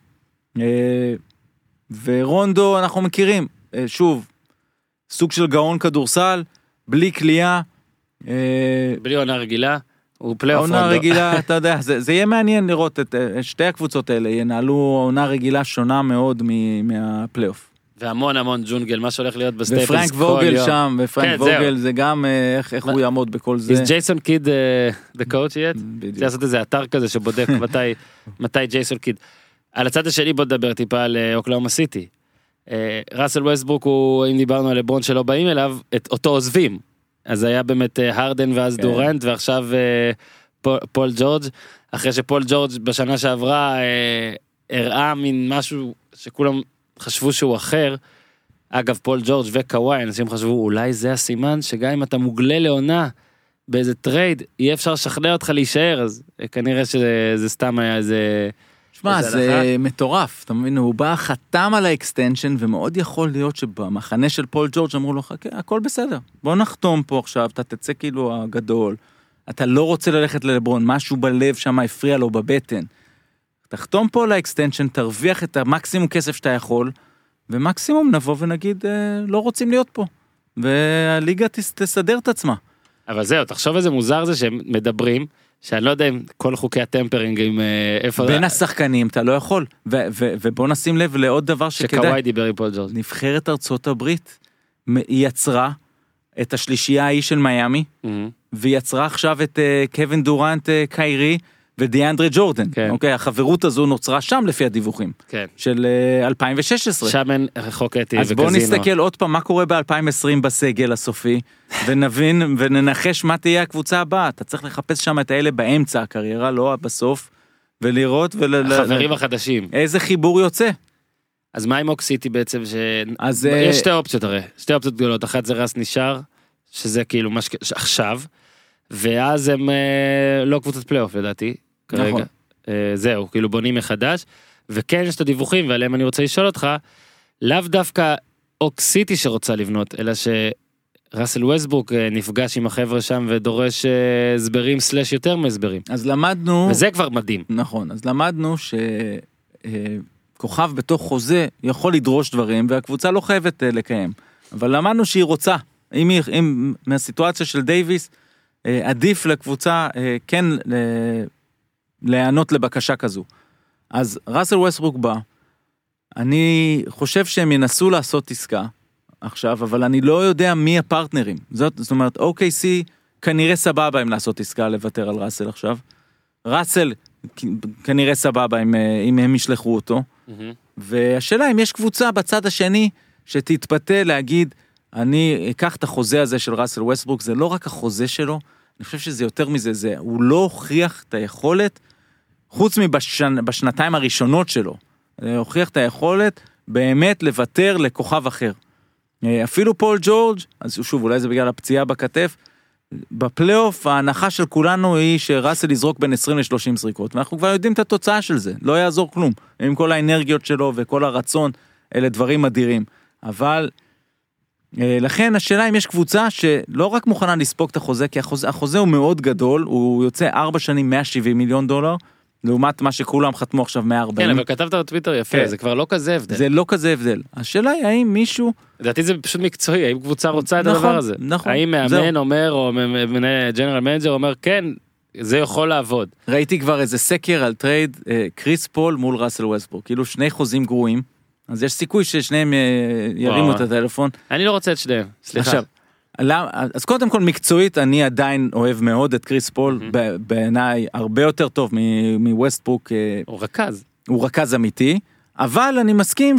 ורונדו אנחנו מכירים, שוב, סוג של גאון כדורסל, בלי קליעה. בלי עונה רגילה, הוא פלייאוף רונדו. עונה רגילה, אתה יודע, זה יהיה מעניין לראות את שתי הקבוצות האלה, ינהלו עונה רגילה שונה מאוד מהפלייאוף. והמון ג'ונגל, מה שהולך להיות בסטייפלס ופרנק ווגל שם, ופרנק ווגל זה גם איך הוא יעמוד בכל זה. Is Jason Kidd the coach yet? צריך לעשות איזה אתר כזה שבודק מתי ג'ייסון קיד. על הצד השני בוא נדבר טיפה על אוקלאומה סיטי. ראסל ווסטברוק הוא, אם דיברנו על לברון שלא באים אליו, אותו עוזבים. אז היה באמת הרדן ואז דורנט, ועכשיו פול ג'ורג', אחרי שפול ג'ורג' בשנה שעברה הראה מין משהו שכולם חשבו שהוא אחר, אגב, פול ג'ורג' וקוואי, אנשים חשבו, אולי זה הסימן שגם אם אתה מוגלה לעונה באיזה טרייד, יהיה אפשר לשכנע אותך להישאר, אז כנראה שזה סתם היה איזה... שמע, זה מטורף, אתה מבין, הוא בא, חתם על האקסטנשן, ומאוד יכול להיות שבמחנה של פול ג'ורג' אמרו לו, חכה, הכל בסדר, בוא נחתום פה עכשיו, אתה תצא כאילו הגדול, אתה לא רוצה ללכת ללברון, משהו בלב שם הפריע לו בבטן, תחתום פה לאקסטנשן, תרוויח את המקסימום כסף שאתה יכול, ומקסימום נבוא ונגיד, לא רוצים להיות פה, והליגה תסדר את עצמה. אבל זהו, תחשוב איזה מוזר זה שהם מדברים, שאני לא יודע אם כל חוקי הטמפרינג עם איפה... בין השחקנים אתה לא יכול, ובוא נשים לב לעוד דבר שכדאי. שקוואי דיבר עם פול ג'ורג'. נבחרת ארצות הברית יצרה את השלישייה ההיא של מיאמי, ויצרה עכשיו את קווין דורנט, קיירי, ודיאנדרי ג'ורדן. אוקיי, החברות הזו נוצרה שם לפי הדיווחים. של 2016. שם אין חוק אתי וקזינו. אז בואו נסתכל עוד פעם מה קורה ב-2020 בסגל הסופי, ונבין וננחש מה תהיה הקבוצה הבאה. אתה צריך לחפש שם את האלה באמצע הקריירה, לא בסוף, ולראות החברים החדשים. איזה חיבור יוצא. אז מה עם אוקסיטי בעצם? יש שתי אופציות הרי, שתי אופציות גדולות. אחת זה רס נשאר, שזה כאילו עכשיו, ואז הם לא קבוצת פלייאוף לדעתי. כרגע. זהו, כאילו בונים מחדש, וכן יש את הדיווחים, ועליהם אני רוצה לשאול אותך, לאו דווקא אוקסיטי שרוצה לבנות, אלא שראסל ווסטברוק נפגש עם החבר'ה שם, ודורש הסברים סלש יותר מהסברים. אז למדנו... וזה כבר מדהים. נכון, אז למדנו שכוכב בתוך חוזה יכול לדרוש דברים, והקבוצה לא חייבת לקיים. אבל למדנו שהיא רוצה, אם מהסיטואציה של דייביס, עדיף לקבוצה כן להיענות לבקשה כזו. אז ראסל ווסטברוק בא, אני חושב שהם ינסו לעשות עסקה עכשיו, אבל אני לא יודע מי הפרטנרים. זאת אומרת, OKC כנראה סבבה אם לעשות עסקה לוותר על ראסל עכשיו. ראסל כנראה סבבה אם הם ישלחו אותו. והשאלה אם יש קבוצה בצד השני שתתפתה להגיד, אני אקח את החוזה הזה של ראסל ווסטברוק, זה לא רק החוזה שלו, אני חושב שזה יותר מזה, הוא לא הוכיח את היכולת, חוץ מבשנתיים הראשונות שלו, הוכיח את היכולת באמת לוותר לכוכב אחר. אפילו פול ג'ורג', אז שוב, אולי זה בגלל הפציעה בכתף, בפלייאוף ההנחה של כולנו היא שראסל יזרוק בין 20 ל-30 זריקות, ואנחנו כבר יודעים את התוצאה של זה, לא יעזור כלום, עם כל האנרגיות שלו וכל הרצון, אלה דברים אדירים, אבל לכן השאלה אם יש קבוצה שלא רק מוכנה לספוג את החוזה, כי החוזה הוא מאוד גדול, הוא יוצא 4 שנים $170 מיליון, לעומת מה שכולם חתמו עכשיו 140. כן, אבל כתבת בטוויטר יפה, זה כבר לא כזה הבדל. זה לא כזה הבדל. השאלה היא האם מישהו... לדעתי זה פשוט מקצועי, האם קבוצה רוצה את הדבר הזה? נכון. האם מאמן אומר, או ג'נרל מנג'ר אומר, כן, זה יכול לעבוד. ראיתי כבר איזה סקר על טרייד, קריס פול מול ראסל ווסטברוק, כאילו שני חוזים גרועים, אז יש סיכוי ששניהם ירימו את הטלפון. אני לא רוצה את שניהם, סליחה. עכשיו, אז קודם כל מקצועית, אני עדיין אוהב מאוד את קריס פול, בעיניי הרבה יותר טוב מווסטברוק. הוא רכז אמיתי, אבל אני מסכים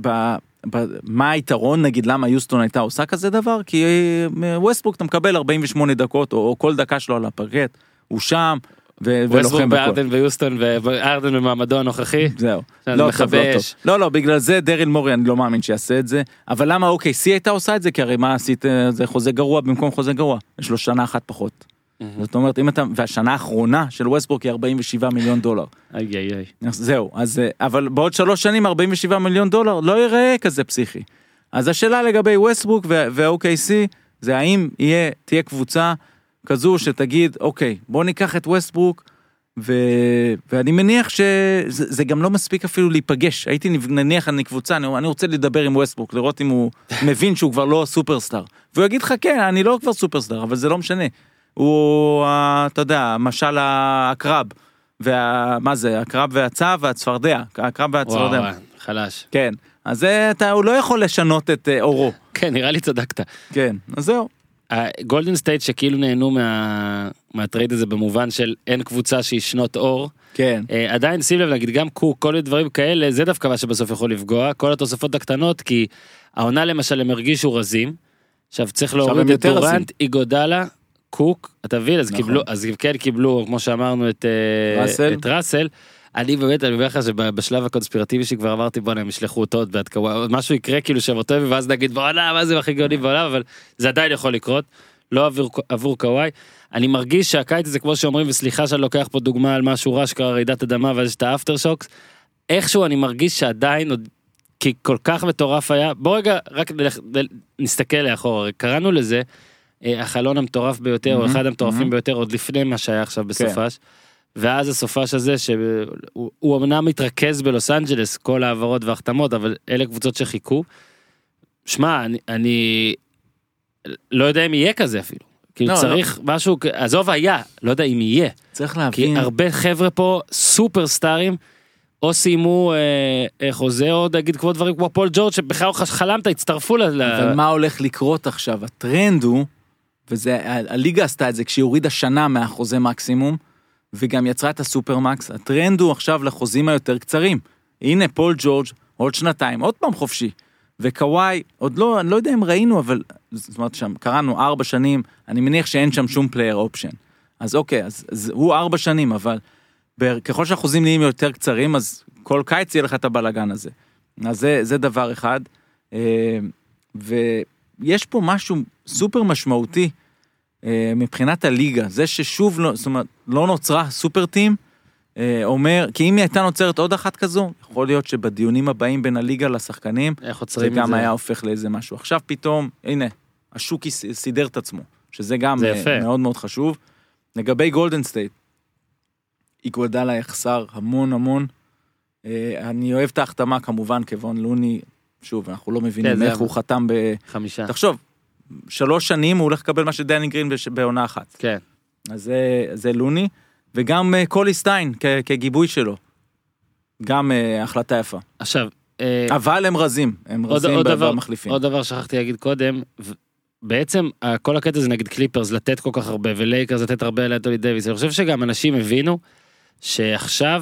מה היתרון, נגיד למה יוסטון הייתה עושה כזה דבר, כי ווסטברוק אתה מקבל 48 דקות, או כל דקה שלו על הפרקט, הוא שם, ווסטברוק בארדן ויוסטון, וארדן במעמדו הנוכחי. זהו. לא, בגלל זה דריל מורי, אני לא מאמין שיעשה את זה, אבל למה OKC הייתה עושה את זה? כי הרי מה עשית, זה חוזה גרוע במקום חוזה גרוע, יש לו שנה אחת פחות. זאת אומרת, והשנה האחרונה של ווסטברוק היא $47 מיליון. זהו, אבל בעוד 3 שנים $47 מיליון לא ייראה כזה פסיכי. אז השאלה לגבי ווסטברוק ו-OKC, זה האם תהיה קבוצה כזו שתגיד, אוקיי, בוא ניקח את ווסטברוק, ואני מניח שזה גם לא מספיק אפילו להיפגש. הייתי נניח אני קבוצה, אני רוצה לדבר עם ווסטברוק, לראות אם הוא מבין שהוא כבר לא סופרסטאר. והוא יגיד לך, כן, אני לא כבר סופרסטאר, אבל זה לא משנה. הוא, אתה יודע, משל הקרב, מה זה, הקרב והצע והצפרדע, הקרב והצפרדע. וואו, חלש. כן, אז הוא לא יכול לשנות את אורו. כן, נראה לי צדקת. כן, אז זהו. גולדן סטייט שכאילו נהנו מהטרייד הזה במובן של אין קבוצה שהיא שנות אור. כן. עדיין שים לב, נגיד גם קוק, כל הדברים כאלה, זה דווקא מה שבסוף יכול לפגוע, כל התוספות הקטנות, כי העונה למשל הם הרגישו רזים, עכשיו צריך להוריד את דורנט, איגודלה, קוק, אתה מבין, אז כן קיבלו, כמו שאמרנו, את ראסל, אני באמת, אני אומר לך שבשלב הקונספירטיבי שכבר אמרתי, בוא הם ישלחו אותו עוד בעד קוואי, משהו יקרה כאילו שבוטו, ואז נגיד, בוא מה זה הכי גאוני בעולם, אבל זה עדיין יכול לקרות, לא עבור קוואי. אני מרגיש שהקיץ זה כמו שאומרים, וסליחה שאני לוקח פה דוגמה על משהו רע שקרה רעידת אדמה, ואז יש את האפטר שוקס, איכשהו אני מרגיש שעדיין, כי כל כך מטורף היה, בוא רגע רק נסתכל לאחור, קראנו לזה, החלון המטורף ביותר, או אחד המטורפים ביותר, עוד לפני מה שהיה עכשיו בסופש, ואז הסופש הזה, שהוא אמנם מתרכז בלוס אנג'לס, כל העברות והחתמות, אבל אלה קבוצות שחיכו, שמע, אני לא יודע אם יהיה כזה אפילו, כאילו צריך משהו, עזוב היה, לא יודע אם יהיה, צריך להבין, כי הרבה חבר'ה פה סופר סטארים, או סיימו חוזה, או נגיד כמו דברים כמו פול ג'ורג' שבכלל חלמת, הצטרפו אבל מה הולך לקרות עכשיו? הטרנד הוא, הליגה עשתה את זה, כשהיא הורידה שנה מהחוזה מקסימום, וגם יצרה את הסופרמקס, הטרנד הוא עכשיו לחוזים היותר קצרים. הנה פול ג'ורג' עוד שנתיים, עוד פעם חופשי. וקוואי, עוד לא, אני לא יודע אם ראינו, אבל זאת אומרת שם, קראנו 4 שנים, אני מניח שאין שם שום פלייר אופשן. אז אוקיי, אז הוא 4 שנים, אבל ככל שהחוזים נהיים יותר קצרים, אז כל קיץ יהיה לך את הבלגן הזה. אז זה דבר אחד. ויש פה משהו סופר משמעותי, מבחינת הליגה, זה ששוב לא, זאת אומרת, לא נוצרה סופר טים, אומר, כי אם היא הייתה נוצרת עוד אחת כזו, יכול להיות שבדיונים הבאים בין הליגה לשחקנים, זה גם היה הופך לאיזה משהו. עכשיו פתאום, הנה, השוק סידר את עצמו, שזה גם מאוד מאוד חשוב. לגבי גולדן סטייט, איגוודאלה יחסר המון, אני אוהב את ההחתמה כמובן, כיוון לוני, שוב, אנחנו לא מבינים איך הוא חתם ב5. תחשוב, 3 שנים הוא הולך לקבל מה שדני גרין בעונה אחת. כן. אז זה לוני, וגם קולי סטיין כגיבוי שלו. גם החלטה יפה. עכשיו, אבל הם רזים במחליפים. עוד דבר שכחתי להגיד קודם, בעצם כל הקטע זה נגיד קליפרס לתת כל כך הרבה, ולייקרס לתת הרבה על אנתוני דייוויס. אני חושב שגם אנשים הבינו שעכשיו,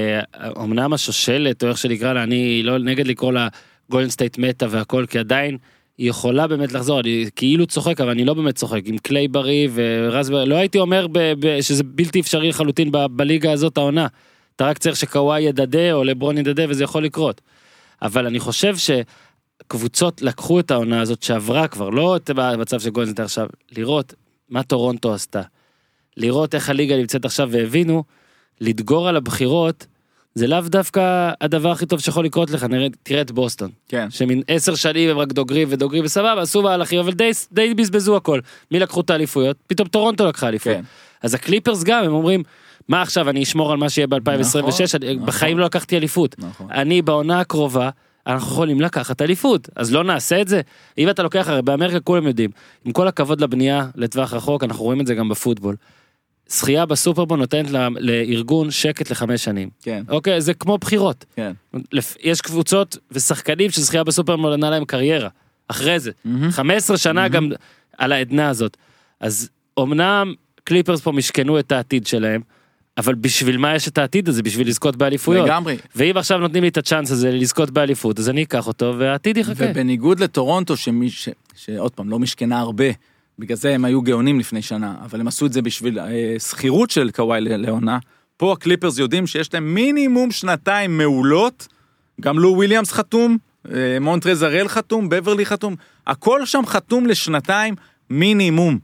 אמנם השושלת, או איך שנקרא לה, אני לא נגד לקרוא לה גולדן סטייט מטה והכל, כי עדיין היא יכולה באמת לחזור, אני כאילו צוחק, אבל אני לא באמת צוחק, עם קליי בריא ורז בריא, לא הייתי אומר שזה בלתי אפשרי לחלוטין בליגה הזאת העונה, אתה רק צריך שקוואי ידדה או לברון ידדה וזה יכול לקרות, אבל אני חושב שקבוצות לקחו את העונה הזאת שעברה כבר, לא את המצב של גולדן סטייט עכשיו, לראות מה טורונטו עשתה, לראות איך הליגה נמצאת עכשיו והבינו, לדגור על הבחירות, זה לאו דווקא הדבר הכי טוב שיכול לקרות לך, תראה את בוסטון, כן. שמין 10 שנים הם רק דוגרים וסבבה, עשו מהלכים, אבל די בזבזו הכל, מי לקחו את האליפויות? פתאום טורונטו לקחה אליפויות, כן. אז הקליפרס גם, הם אומרים, מה עכשיו, אני אשמור על מה שיהיה ב-2026, נכון. בחיים לא לקחתי אליפות, נכון. אני בעונה הקרובה, אנחנו יכולים לקחת אליפות, אז לא נעשה את זה, אם אתה לוקח, הרי באמריקה כולם יודעים, עם כל הכבוד לבנייה לטווח רחוק, אנחנו רואים את זה גם בפוטבול, שחייה בסופרבול נותנת לארגון שקט ל5 שנים. כן. אוקיי, זה כמו בחירות. כן. יש קבוצות ושחקנים ששחייה בסופרבול ענה להם קריירה. אחרי זה. 15 שנה גם על העדנה הזאת. אז אמנם קליפרס פה משכנו את העתיד שלהם, אבל בשביל מה יש את העתיד הזה? בשביל לזכות באליפויות. לגמרי. ואם עכשיו נותנים לי את הצ'אנס הזה לזכות באליפות, אז אני אקח אותו והעתיד יחכה. ובניגוד לטורונטו, שעוד פעם לא משכנה הרבה, בגלל זה הם היו גאונים לפני שנה, אבל הם עשו את זה בשביל סחירות של קוואי לעונה. פה הקליפרס יודעים שיש להם מינימום 2 מעולות, גם לו וויליאמס חתום, מונטרזרל חתום, בברלי חתום, הכל שם חתום ל2 מינימום,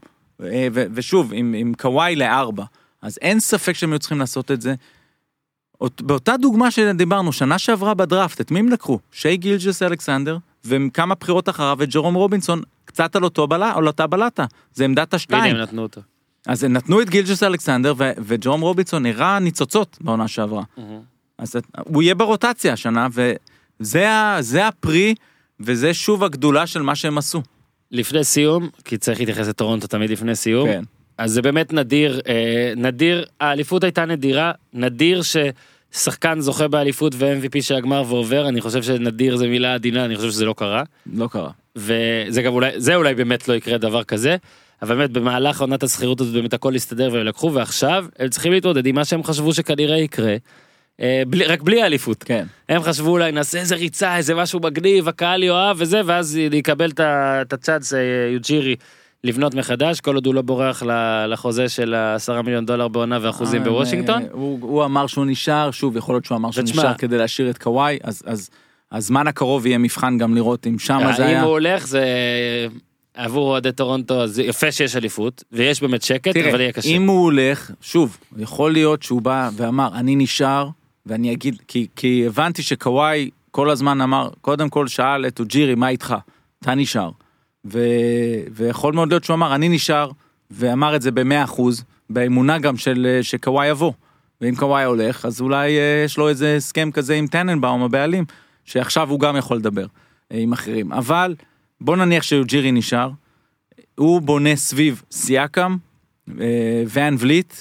ושוב, עם קוואי ל4, אז אין ספק שהם היו צריכים לעשות את זה. באותה דוגמה שדיברנו, שנה שעברה בדראפט, את מי הם לקחו? שי גילג'ס אלכסנדר, וכמה בחירות אחריו, וג'רום רובינסון, קצת על אותה בלטה, זה עמדת 2. והנה הם נתנו אותו. אז הם נתנו את גילג'ס אלכסנדר, וג'רום רובינסון נראה ניצוצות בעונה שעברה. אז הוא יהיה ברוטציה השנה, וזה הפרי, וזה שוב הגדולה של מה שהם עשו. לפני סיום, כי צריך להתייחס לטורונטו תמיד לפני סיום, כן. אז זה באמת נדיר, האליפות הייתה נדירה, נדיר ששחקן זוכה באליפות ו-MVP של הגמר ועובר, אני חושב שנדיר זה מילה עדינה, אני חושב שזה לא קרה. לא קרה. וזה גם אולי, זה אולי באמת לא יקרה דבר כזה, אבל באמת במהלך עונת הסחירות הזאת באמת הכל הסתדר והם לקחו, ועכשיו הם צריכים להתמודד עם מה שהם חשבו שכנראה יקרה, רק בלי האליפות. כן. הם חשבו אולי נעשה איזה ריצה, איזה משהו מגניב, הקהל יאהב וזה, ואז יקבל את הצ'אנס יוג'ירי, לבנות מחדש, כל עוד הוא לא בורח לחוזה של $10 מיליון בעונה ואחוזים בוושינגטון. הוא אמר שהוא נשאר, שוב, יכול להיות שהוא אמר שהוא נשאר כדי להשאיר את קוואי, אז הזמן הקרוב יהיה מבחן גם לראות אם שם זה היה. אם הוא הולך, זה עבור אוהדי טורונטו, זה יפה שיש אליפות, ויש באמת שקט, אבל יהיה קשה. אם הוא הולך, שוב, יכול להיות שהוא בא ואמר, אני נשאר, ואני אגיד, כי הבנתי שקוואי כל הזמן אמר, קודם כל שאל את אוג'ירי, מה איתך? אתה נשאר. ויכול מאוד להיות שהוא אמר, אני נשאר, ואמר את זה ב100%, באמונה גם שקוואי יבוא. ואם קוואי הולך, אז אולי יש לו איזה הסכם כזה עם טננבאום, הבעלים, שעכשיו הוא גם יכול לדבר עם אחרים. אבל בוא נניח שאוג'ירי נשאר, הוא בונה סביב סייקם, ואן וליט,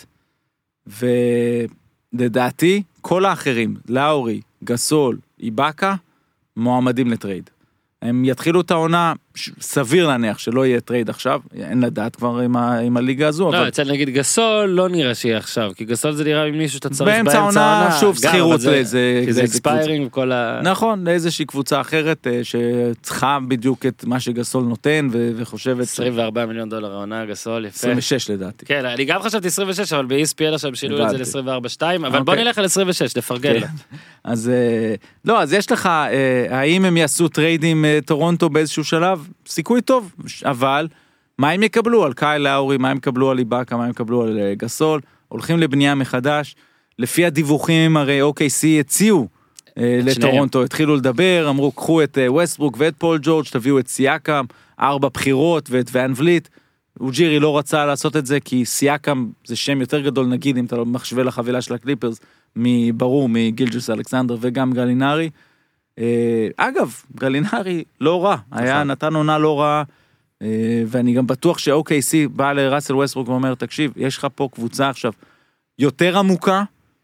ולדעתי, כל האחרים, לאורי, גסול, איבאקה, מועמדים לטרייד. הם יתחילו את העונה, סביר להניח שלא יהיה טרייד עכשיו, אין לדעת כבר עם הליגה הזו. לא, אצל נגיד גסול לא נראה שיהיה עכשיו, כי גסול זה נראה מישהו שאתה צריך באמצע העונה, שוב סחירות לאיזה... כי זה אקספיירינג וכל ה... נכון, לאיזושהי קבוצה אחרת שצריכה בדיוק את מה שגסול נותן וחושבת... $24 מיליון העונה, גסול, יפה. 26 לדעתי. כן, אני גם חשבתי 26, אבל ב-ESPN עכשיו שילו את זה ל-24-2, אבל בוא נלך על 26, לפרגן לה. אז לא, אז יש לך, האם הם יעשו טריידים טורונטו באיזשהו שלב? סיכוי טוב, אבל מה הם יקבלו על קייל לאורי, מה הם יקבלו על איבאקה, מה הם יקבלו על גסול, הולכים לבנייה מחדש, לפי הדיווחים הרי OKC הציעו לטורונטו, התחילו לדבר, אמרו קחו את ווסטברוק ואת פול ג'ורג', תביאו את סייקם, 4 בחירות ואת ואן וליט, אוג'ירי לא רצה לעשות את זה, כי סייקם זה שם יותר גדול, נגיד אם אתה לא מחשווה לחבילה של הקליפרס, ברור מגילג'וס אלכסנדר וגם גלינרי, אגב, גלינרי לא רע, היה נתן עונה לא רע, ואני גם בטוח ש-OKC בא לראסל ווסטברוק ואומר, תקשיב, יש לך פה קבוצה עכשיו יותר עמוקה,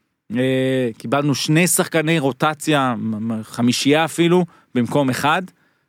קיבלנו 2 שחקני רוטציה, 5 אפילו, במקום 1,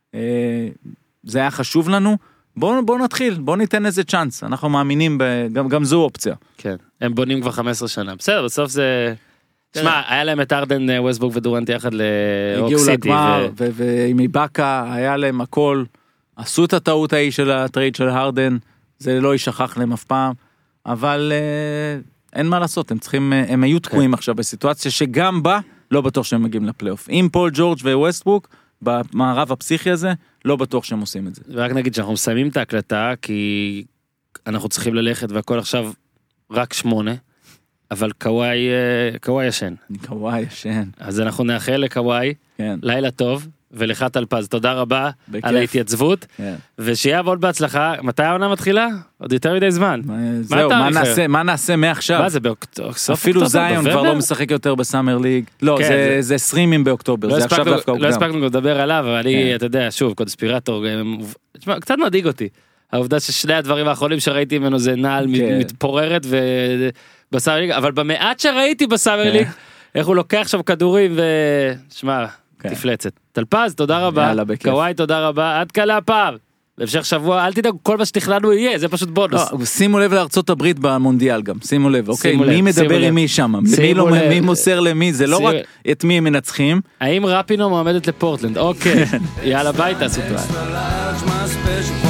זה היה חשוב לנו, בוא נתחיל, בוא ניתן איזה צ'אנס, אנחנו מאמינים, גם זו אופציה. כן, הם בונים כבר 15 שנה, בסדר, בסוף זה... תשמע, היה להם את ארדן, ווסטברוק ודורנט יחד לאוק סיטי. הגיעו לגמר, ועם איבאקה היה להם הכל, עשו את הטעות ההיא של הטרייד של הרדן, זה לא יישכח להם אף פעם, אבל אין מה לעשות, הם היו תקועים עכשיו בסיטואציה שגם בה, לא בטוח שהם מגיעים לפלייאוף. עם פול ג'ורג' וווסטברוק, במערב הפסיכי הזה, לא בטוח שהם עושים את זה. ורק נגיד שאנחנו מסיימים את ההקלטה, כי אנחנו צריכים ללכת, והכל עכשיו רק 8, אבל קוואי ישן. קוואי ישן. אז אנחנו נאחל לקוואי, לילה טוב, ולך טלפז, תודה רבה על ההתייצבות, ושיהיה עוד בהצלחה. מתי העונה מתחילה? עוד יותר מדי זמן. זהו, מה נעשה מעכשיו? מה זה באוקטובר? אפילו זיון כבר לא משחק יותר בסאמר ליג. לא, זה 20 באוקטובר, זה עכשיו דווקא לא הספקנו לדבר עליו, אבל אני, אתה יודע, שוב, קונספירטור, קצת מדאיג אותי. העובדה ששני הדברים האחרונים שראיתי ממנו זה נעל מתפוררת בסאמר ליג, אבל במעט שראיתי בסאמר ליג, איך הוא לוקח שם כדורים ושמע, תפלצת. טלפז, תודה רבה. קוואי, תודה רבה. עד כאן להפעם. בהמשך שבוע, אל תדאג, כל מה שתכננו יהיה, זה פשוט בונוס. שימו לב לארצות הברית במונדיאל גם, שימו לב, אוקיי? מי מדבר עם מי שם? מי מוסר למי? זה לא רק את מי הם מנצחים. האם רפינו מועמדת לפורטלנד? אוקיי. יאללה, ביי, תעשו טובה.